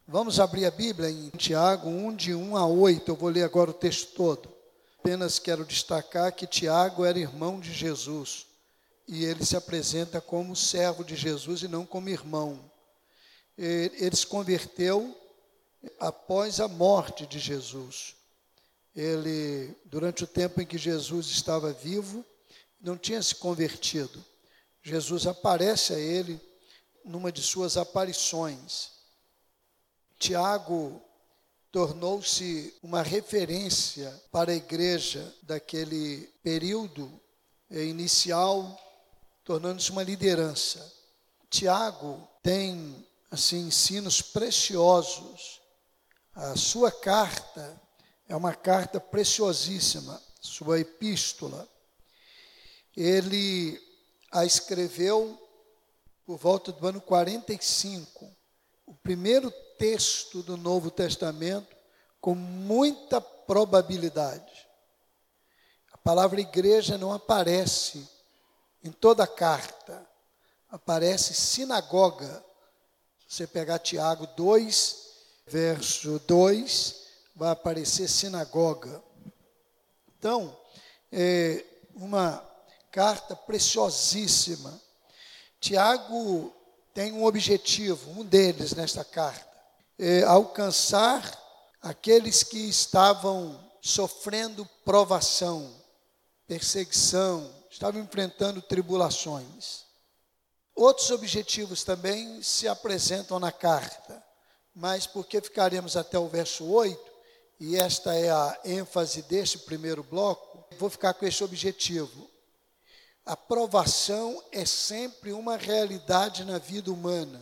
Vamos abrir a Bíblia em Tiago 1, de 1 a 8. Eu vou ler agora o texto todo. Apenas quero destacar que Tiago era irmão de Jesus. E ele se apresenta como servo de Jesus e não como irmão. Ele se converteu após a morte de Jesus. Ele, durante o tempo em que Jesus estava vivo, não tinha se convertido. Jesus aparece a ele numa de suas aparições. Tiago tornou-se uma referência para a igreja daquele período inicial, tornando-se uma liderança. Tiago tem ensinos preciosos. A sua carta é uma carta preciosíssima, sua epístola. Ele a escreveu por volta do ano 45, o primeiro texto do Novo Testamento, com muita probabilidade. A palavra igreja não aparece em toda a carta, aparece sinagoga. Se você pegar Tiago 2, verso 2, vai aparecer sinagoga. Então, é uma carta preciosíssima. Tiago tem um objetivo, um deles nesta carta, alcançar aqueles que estavam sofrendo provação, perseguição, estavam enfrentando tribulações. Outros objetivos também se apresentam na carta, mas porque ficaremos até o verso 8, e esta é a ênfase deste primeiro bloco, vou ficar com esse objetivo. A provação é sempre uma realidade na vida humana.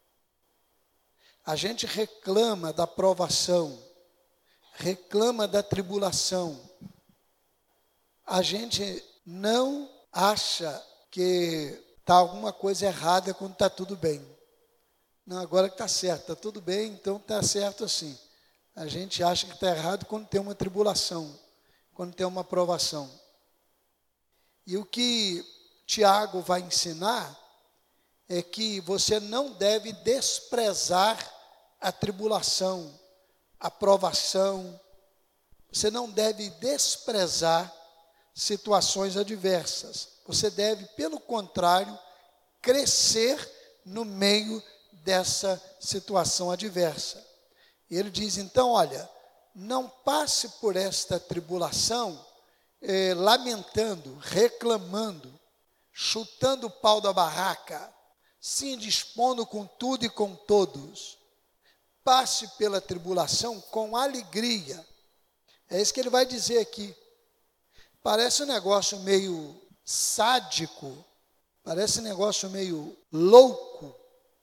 A gente reclama da provação, reclama da tribulação. A gente não acha que está alguma coisa errada quando está tudo bem. Não, agora que está certo, está tudo bem, então está certo assim. A gente acha que está errado quando tem uma tribulação, quando tem uma provação. E o que Tiago vai ensinar é que você não deve desprezar a tribulação, a provação. Você não deve desprezar situações adversas. Você deve, pelo contrário, crescer no meio dessa situação adversa. E ele diz, então, olha, não passe por esta tribulação lamentando, reclamando, chutando o pau da barraca, se indispondo com tudo e com todos. Passe pela tribulação com alegria. É isso que ele vai dizer aqui. Parece um negócio meio sádico, parece um negócio meio louco,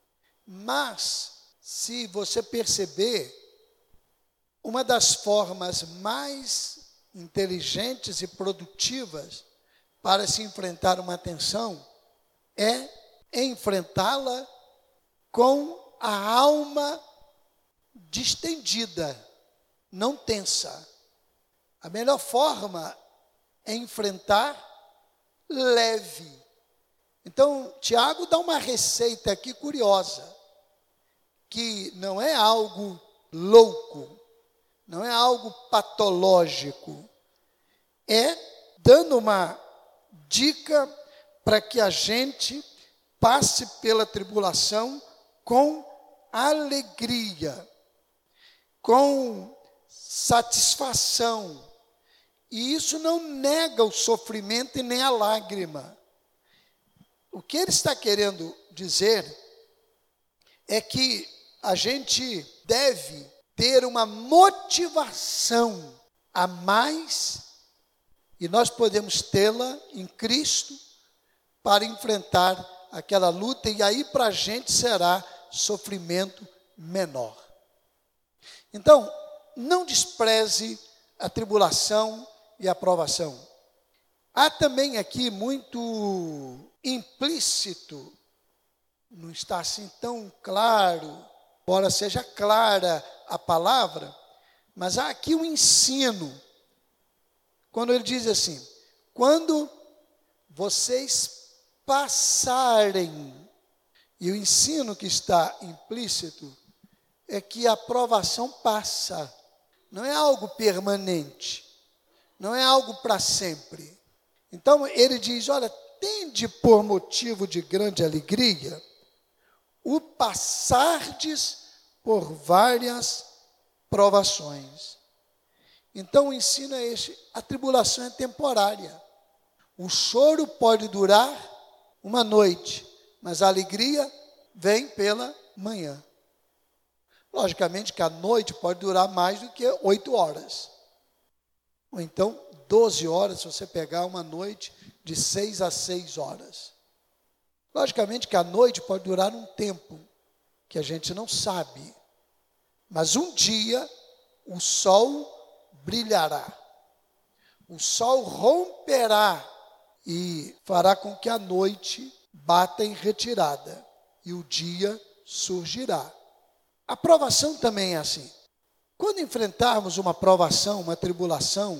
mas, se você perceber, uma das formas mais inteligentes e produtivas para se enfrentar uma tensão é enfrentá-la com a alma distendida, não tensa. A melhor forma é enfrentar leve. Então, Tiago dá uma receita aqui curiosa, que não é algo louco, não é algo patológico, é dando uma dica para que a gente passe pela tribulação com alegria, com satisfação. E isso não nega o sofrimento e nem a lágrima. O que ele está querendo dizer é que a gente deve ter uma motivação a mais, e nós podemos tê-la em Cristo para enfrentar aquela luta, e aí para a gente será sofrimento menor. Então, não despreze a tribulação e a provação. Há também aqui muito implícito, não está assim tão claro, embora seja clara a palavra, mas há aqui um ensino. Quando ele diz assim, quando vocês passarem, e o ensino que está implícito é que a provação passa, não é algo permanente, não é algo para sempre. Então ele diz, olha, tende por motivo de grande alegria o passardes por várias provações. Então o ensino é este, a tribulação é temporária. O choro pode durar uma noite, mas a alegria vem pela manhã. Logicamente que a noite pode durar mais do que 8 horas. Ou então 12 horas, se você pegar uma noite de 6 a 6 horas. Logicamente que a noite pode durar um tempo que a gente não sabe. Mas um dia o sol brilhará. O sol romperá e fará com que a noite bata em retirada e o dia surgirá. A provação também é assim. Quando enfrentarmos uma provação, uma tribulação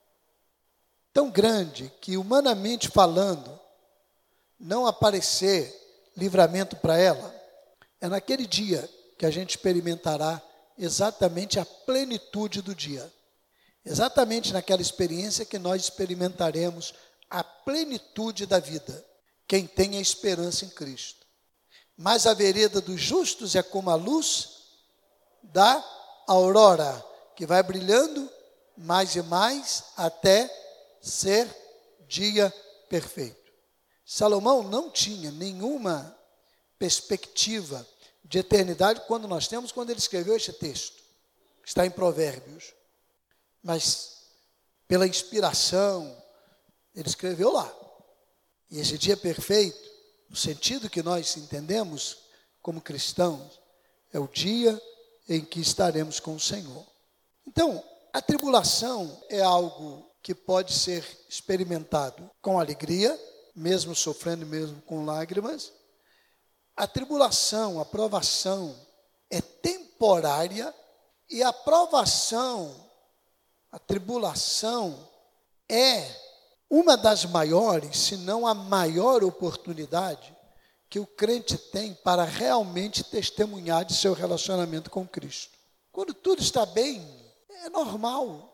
tão grande que, humanamente falando, não aparecer livramento para ela, é naquele dia que a gente experimentará exatamente a plenitude do dia. Exatamente naquela experiência que nós experimentaremos a plenitude da vida. Quem tem a esperança em Cristo. Mas a vereda dos justos é como a luz da aurora, que vai brilhando mais e mais até ser dia perfeito. Salomão não tinha nenhuma perspectiva de eternidade quando ele escreveu este texto, que está em Provérbios. Mas, pela inspiração, ele escreveu lá. E esse dia perfeito, no sentido que nós entendemos como cristãos, é o dia em que estaremos com o Senhor. Então, a tribulação é algo que pode ser experimentado com alegria, mesmo sofrendo, mesmo com lágrimas. A tribulação, a provação é temporária e a provação, a tribulação é uma das maiores, se não a maior oportunidade que o crente tem para realmente testemunhar de seu relacionamento com Cristo. Quando tudo está bem, é normal.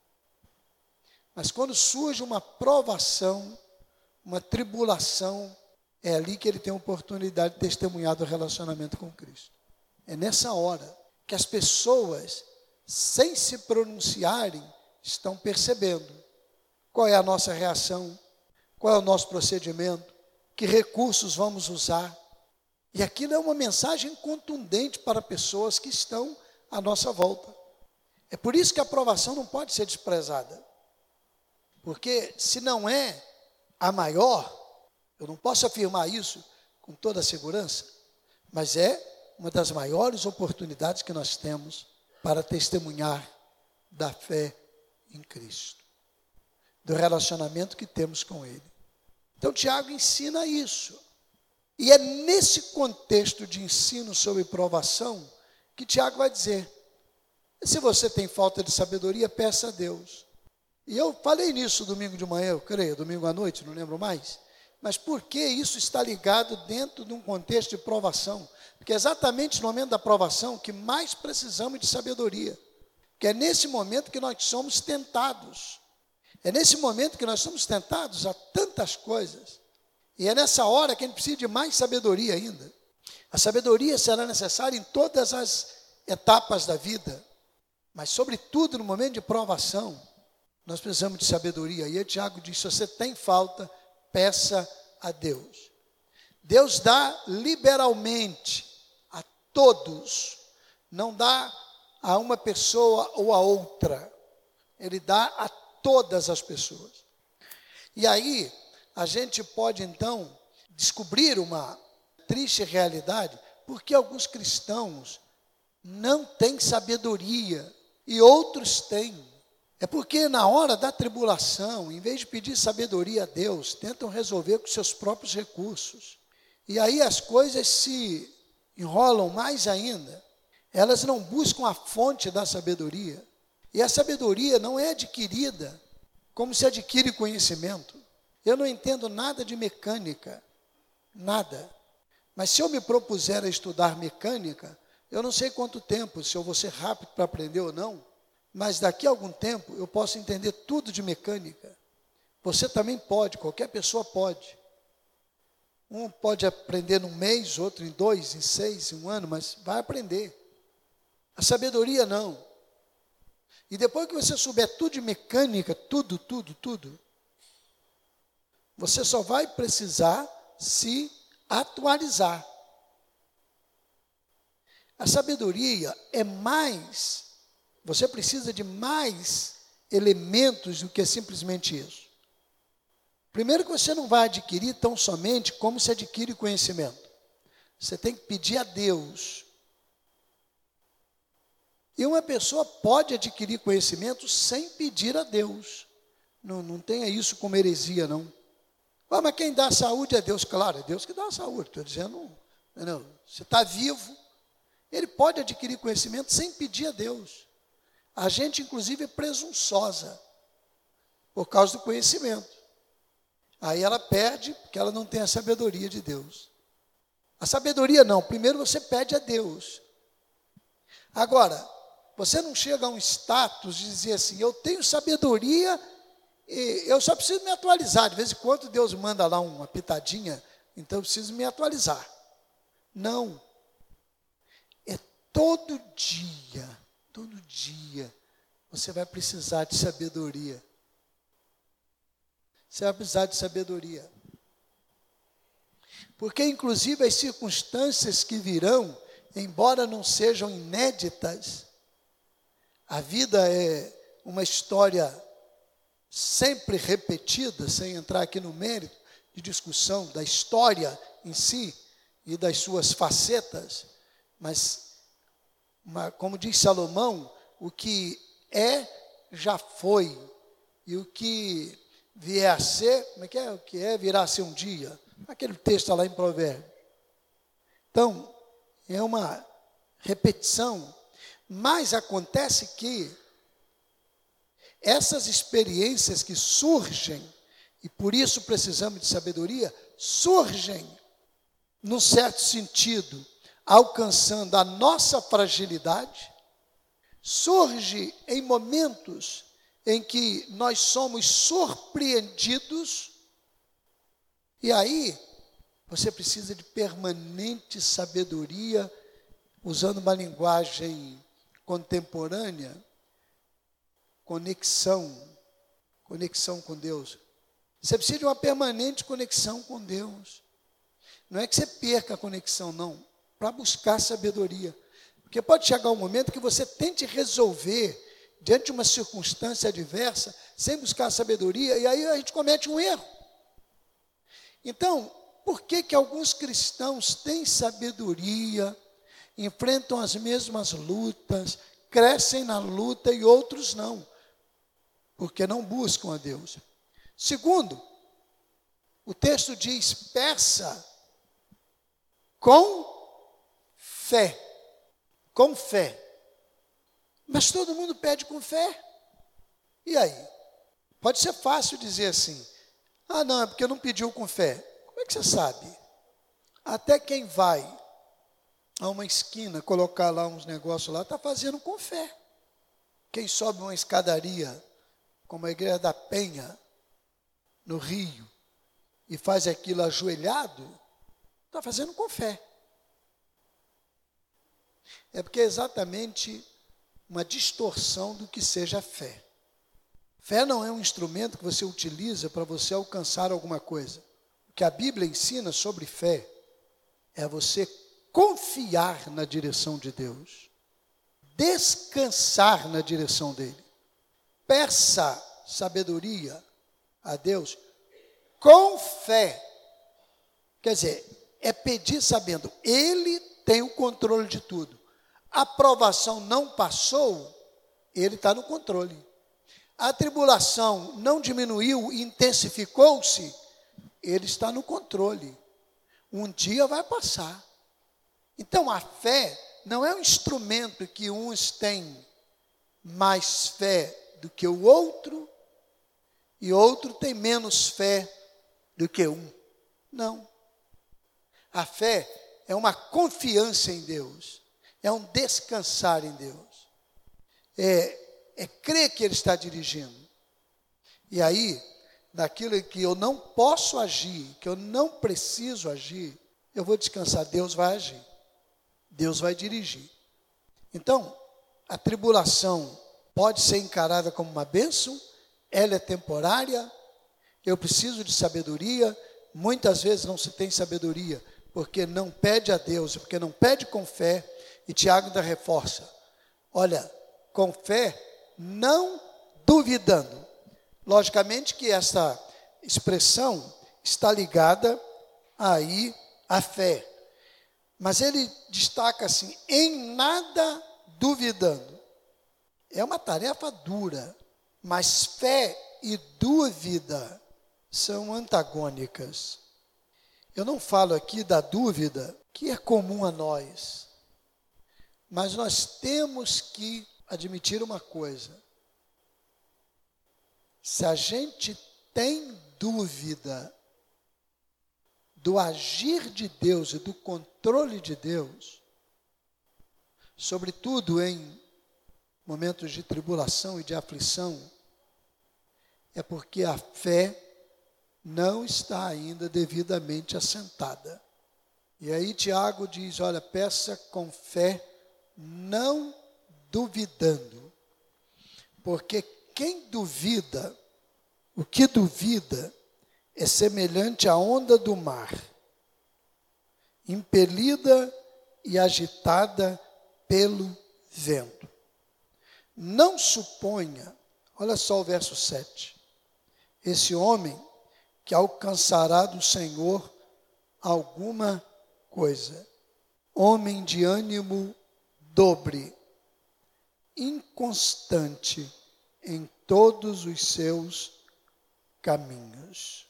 Mas quando surge uma provação, uma tribulação, é ali que ele tem a oportunidade de testemunhar do relacionamento com Cristo. É nessa hora que as pessoas, sem se pronunciarem, estão percebendo qual é a nossa reação, qual é o nosso procedimento, que recursos vamos usar. E aquilo é uma mensagem contundente para pessoas que estão à nossa volta. É por isso que a aprovação não pode ser desprezada. Porque se não é a maior, eu não posso afirmar isso com toda a segurança, mas é uma das maiores oportunidades que nós temos para testemunhar da fé em Cristo, do relacionamento que temos com Ele. Então, Tiago ensina isso. E é nesse contexto de ensino sobre provação que Tiago vai dizer, se você tem falta de sabedoria, peça a Deus. E eu falei nisso domingo de manhã, eu creio, domingo à noite, não lembro mais. Mas por que isso está ligado dentro de um contexto de provação? Porque é exatamente no momento da provação que mais precisamos de sabedoria. Que é nesse momento que nós somos tentados. É nesse momento que nós somos tentados a tantas coisas. E é nessa hora que a gente precisa de mais sabedoria ainda. A sabedoria será necessária em todas as etapas da vida. Mas, sobretudo, no momento de provação, nós precisamos de sabedoria. E aí Tiago diz, se você tem falta, peça a Deus. Deus dá liberalmente a todos. Não dá a uma pessoa ou a outra. Ele dá a todas as pessoas. E aí, a gente pode então descobrir uma triste realidade, porque alguns cristãos não têm sabedoria e outros têm. É porque na hora da tribulação, em vez de pedir sabedoria a Deus, tentam resolver com seus próprios recursos. E aí as coisas se enrolam mais ainda. Elas não buscam a fonte da sabedoria. E a sabedoria não é adquirida como se adquire conhecimento. Eu não entendo nada de mecânica, nada. Mas se eu me propuser a estudar mecânica, Eu não sei quanto tempo, se eu vou ser rápido para aprender ou não, mas daqui a algum tempo eu posso entender tudo de mecânica. Você também pode, qualquer pessoa pode. Um pode aprender num mês, outro em 2, em 6, em 1 ano, mas vai aprender. A sabedoria não. E depois que você souber tudo de mecânica, tudo, você só vai precisar se atualizar. A sabedoria é mais, você precisa de mais elementos do que simplesmente isso. Primeiro que você não vai adquirir tão somente como se adquire conhecimento. Você tem que pedir a Deus. E uma pessoa pode adquirir conhecimento sem pedir a Deus. Não tenha isso como heresia, não. Ah, mas quem dá saúde é Deus. Claro, é Deus que dá a saúde. Estou dizendo, não. Você está vivo, ele pode adquirir conhecimento sem pedir a Deus. A gente, inclusive, é presunçosa por causa do conhecimento. Aí ela perde porque ela não tem a sabedoria de Deus. A sabedoria não, primeiro você pede a Deus. Agora, você não chega a um status de dizer assim, eu tenho sabedoria e eu só preciso me atualizar. De vez em quando Deus manda lá uma pitadinha, então eu preciso me atualizar. Não. É todo dia você vai precisar de sabedoria. Você vai precisar de sabedoria. Porque, inclusive, as circunstâncias que virão, embora não sejam inéditas, a vida é uma história sempre repetida, sem entrar aqui no mérito de discussão da história em si e das suas facetas, mas, como diz Salomão, o que é, já foi, e o que vier a ser, como é que é? O que é, virá a ser um dia. Aquele texto está lá em Provérbios. Então, é uma repetição, mas acontece que essas experiências que surgem, e por isso precisamos de sabedoria, surgem, num certo sentido, alcançando a nossa fragilidade, surge em momentos em que nós somos surpreendidos, e aí você precisa de permanente sabedoria, usando uma linguagem contemporânea, conexão com Deus. Você precisa de uma permanente conexão com Deus. Não é que você perca a conexão, não, para buscar sabedoria. Porque pode chegar um momento que você tente resolver diante de uma circunstância adversa, sem buscar sabedoria, e aí a gente comete um erro. Então, por que alguns cristãos têm sabedoria, enfrentam as mesmas lutas, crescem na luta e outros não? Porque não buscam a Deus. Segundo, o texto diz, peça com fé. Com fé. Mas todo mundo pede com fé. E aí? Pode ser fácil dizer assim, ah não, é porque não pediu com fé. Como é que você sabe? Até quem vai a uma esquina colocar lá uns negócios lá, está fazendo com fé. Quem sobe uma escadaria, como a Igreja da Penha, no Rio, e faz aquilo ajoelhado, está fazendo com fé. É porque é exatamente uma distorção do que seja fé. Fé não é um instrumento que você utiliza para você alcançar alguma coisa. O que a Bíblia ensina sobre fé é você confiar na direção de Deus, descansar na direção dele. Peça sabedoria a Deus com fé. Quer dizer, é pedir sabendo, ele tem o controle de tudo. A aprovação não passou, ele está no controle. A tribulação não diminuiu, intensificou-se, ele está no controle. Um dia vai passar. Então, a fé não é um instrumento que uns têm mais fé do que o outro, e outro tem menos fé do que um. Não. A fé é uma confiança em Deus. é um descansar em Deus, é crer que Ele está dirigindo. E aí, naquilo que eu não posso agir, que eu não preciso agir, eu vou descansar, Deus vai agir, Deus vai dirigir. Então, a tribulação pode ser encarada como uma bênção, ela é temporária, eu preciso de sabedoria, muitas vezes não se tem sabedoria, porque não pede a Deus, porque não pede com fé, e Tiago ainda reforça, olha, com fé, não duvidando. Logicamente que essa expressão está ligada aí à fé, mas ele destaca assim, em nada duvidando. É uma tarefa dura, mas fé e dúvida são antagônicas. Eu não falo aqui da dúvida, que é comum a nós, mas nós temos que admitir uma coisa. Se a gente tem dúvida do agir de Deus e do controle de Deus, sobretudo em momentos de tribulação e de aflição, é porque a fé não está ainda devidamente assentada. E aí Tiago diz, olha, peça com fé, não duvidando. Porque quem duvida, o que duvida, é semelhante à onda do mar, impelida e agitada pelo vento. Não suponha, olha só o verso 7, esse homem que alcançará do Senhor alguma coisa. Homem de ânimo dobre, inconstante em todos os seus caminhos.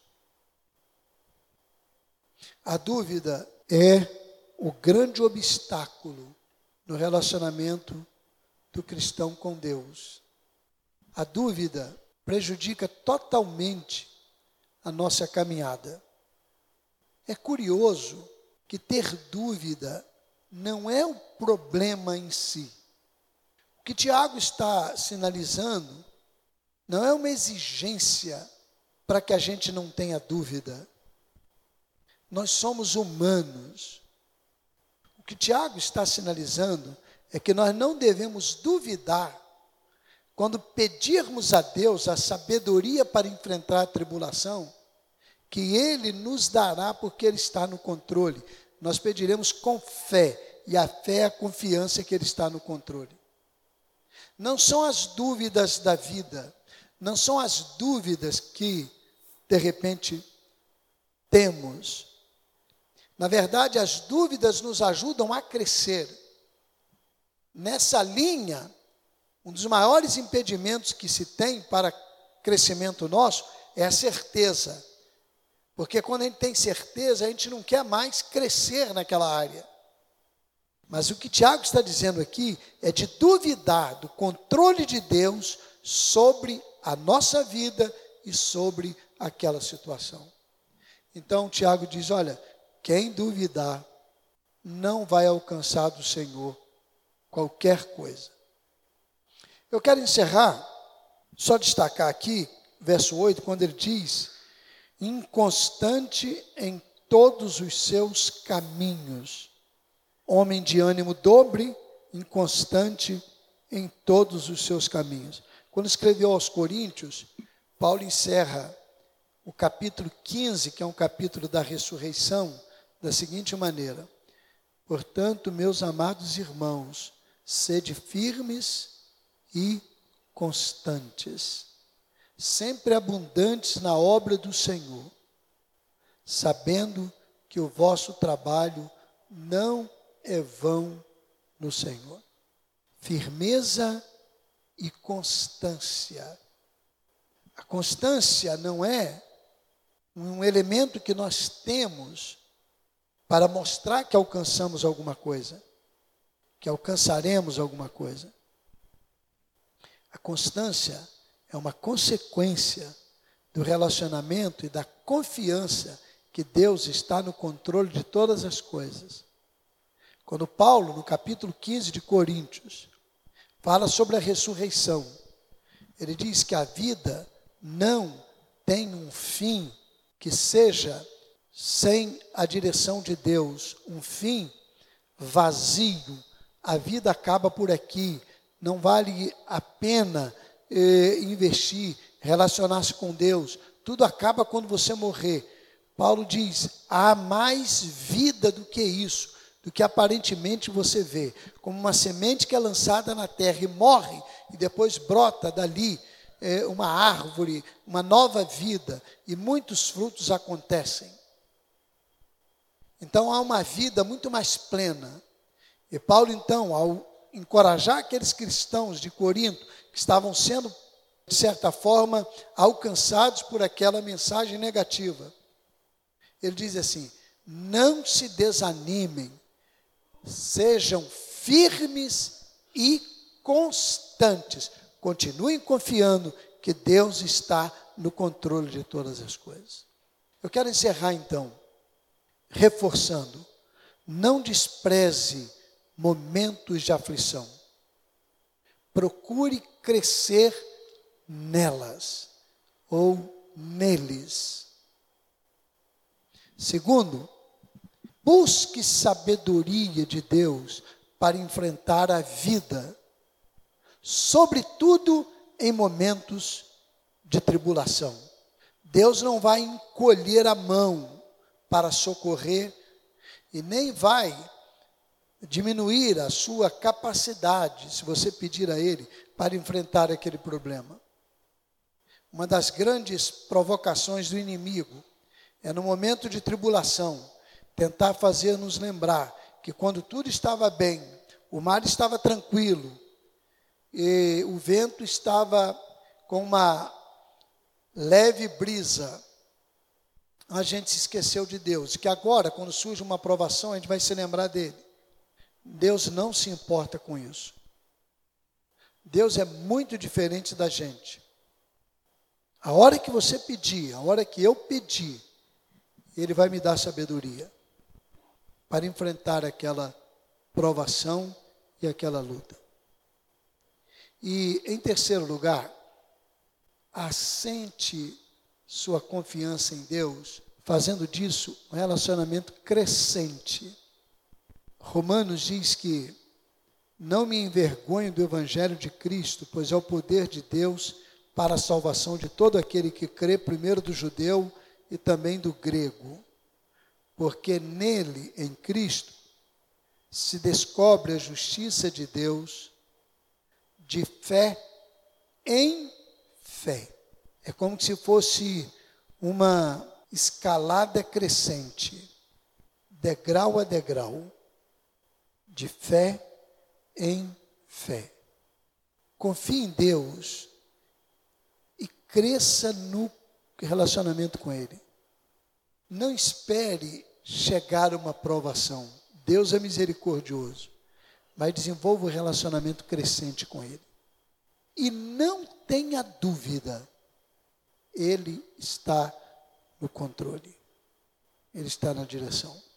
A dúvida é o grande obstáculo no relacionamento do cristão com Deus. A dúvida prejudica totalmente a nossa caminhada. É curioso que ter dúvida não é o problema em si. O que Tiago está sinalizando não é uma exigência para que a gente não tenha dúvida. Nós somos humanos. O que Tiago está sinalizando é que nós não devemos duvidar quando pedirmos a Deus a sabedoria para enfrentar a tribulação, que Ele nos dará porque Ele está no controle. Nós pediremos com fé, e a fé é a confiança que Ele está no controle. Não são as dúvidas da vida, não são as dúvidas que, de repente, temos. Na verdade, as dúvidas nos ajudam a crescer. Nessa linha, um dos maiores impedimentos que se tem para crescimento nosso é a certeza. Porque quando a gente tem certeza, a gente não quer mais crescer naquela área. Mas o que Tiago está dizendo aqui é de duvidar do controle de Deus sobre a nossa vida e sobre aquela situação. Então Tiago diz, olha, quem duvidar não vai alcançar do Senhor qualquer coisa. Eu quero encerrar, só destacar aqui, verso 8, quando ele diz, inconstante em todos os seus caminhos. Homem de ânimo dobre, inconstante em todos os seus caminhos. Quando escreveu aos Coríntios, Paulo encerra o capítulo 15, que é um capítulo da ressurreição, da seguinte maneira: portanto, meus amados irmãos, sede firmes e constantes, sempre abundantes na obra do Senhor, sabendo que o vosso trabalho não é vão no Senhor. Firmeza e constância. A constância não é um elemento que nós temos para mostrar que alcançamos alguma coisa, que alcançaremos alguma coisa. A constância é uma consequência do relacionamento e da confiança que Deus está no controle de todas as coisas. Quando Paulo, no capítulo 15 de Coríntios, fala sobre a ressurreição, ele diz que a vida não tem um fim que seja sem a direção de Deus, um fim vazio. A vida acaba por aqui, não vale a pena investir, relacionar-se com Deus, tudo acaba quando você morrer. Paulo diz, há mais vida do que isso, do que aparentemente você vê, como uma semente que é lançada na terra e morre, e depois brota dali uma árvore, uma nova vida, e muitos frutos acontecem. Então há uma vida muito mais plena. E Paulo então, ao encorajar aqueles cristãos de Corinto, que estavam sendo, de certa forma, alcançados por aquela mensagem negativa, ele diz assim, não se desanimem, sejam firmes e constantes, continuem confiando que Deus está no controle de todas as coisas. Eu quero encerrar então, reforçando, não despreze momentos de aflição, procure crescer nelas ou neles. Segundo, busque sabedoria de Deus para enfrentar a vida, sobretudo em momentos de tribulação. Deus não vai encolher a mão para socorrer e nem vai diminuir a sua capacidade, se você pedir a Ele, para enfrentar aquele problema. Uma das grandes provocações do inimigo é no momento de tribulação, tentar fazer nos lembrar que quando tudo estava bem, o mar estava tranquilo, e o vento estava com uma leve brisa, a gente se esqueceu de Deus, que agora, quando surge uma provação, a gente vai se lembrar dele. Deus não se importa com isso. Deus é muito diferente da gente. A hora que você pedir, a hora que eu pedir, Ele vai me dar sabedoria para enfrentar aquela provação e aquela luta. E, em terceiro lugar, assente sua confiança em Deus, fazendo disso um relacionamento crescente. Romanos diz que não me envergonho do Evangelho de Cristo, pois é o poder de Deus para a salvação de todo aquele que crê, primeiro do judeu e também do grego. Porque nele, em Cristo, se descobre a justiça de Deus de fé em fé. É como se fosse uma escalada crescente, degrau a degrau, de fé em fé. Confie em Deus e cresça no relacionamento com Ele. Não espere chegar a uma provação. Deus é misericordioso, mas desenvolva um relacionamento crescente com Ele. E não tenha dúvida, Ele está no controle. Ele está na direção.